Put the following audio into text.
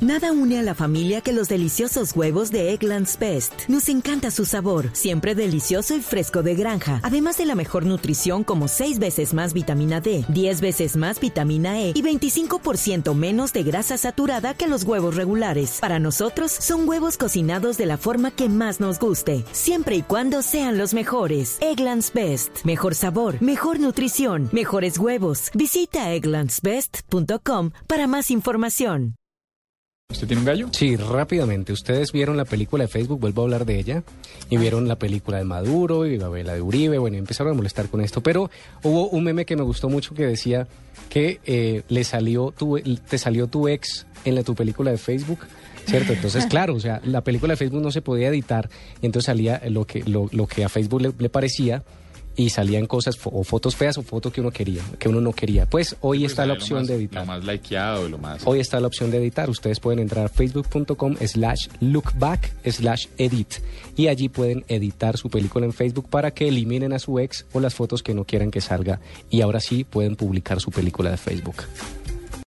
Nada une a la familia que los deliciosos huevos de Eggland's Best. Nos encanta su sabor, siempre delicioso y fresco de granja. Además de la mejor nutrición como 6 veces más vitamina D, 10 veces más vitamina E y 25% menos de grasa saturada que los huevos regulares. Para nosotros, son huevos cocinados de la forma que más nos guste, siempre y cuando sean los mejores. Eggland's Best. Mejor sabor, mejor nutrición, mejores huevos. Visita egglandsbest.com para más información. ¿Usted tiene un gallo? Sí, rápidamente. Ustedes vieron la película de Facebook, vuelvo a hablar de ella, y vieron la película de Maduro y la de Uribe, bueno, y empezaron a molestar con esto, pero hubo un meme que me gustó mucho que decía que te salió tu ex en tu película de Facebook, ¿cierto? Entonces, claro, o sea, la película de Facebook no se podía editar, y entonces salía lo que a Facebook le parecía, y salían cosas o fotos feas o fotos que uno no quería. Pues hoy está la opción de editar. Lo más likeado, lo más... Hoy está la opción de editar. Ustedes pueden entrar a facebook.com/lookback/edit y allí pueden editar su película en Facebook para que eliminen a su ex o las fotos que no quieran que salga. Y ahora sí pueden publicar su película de Facebook.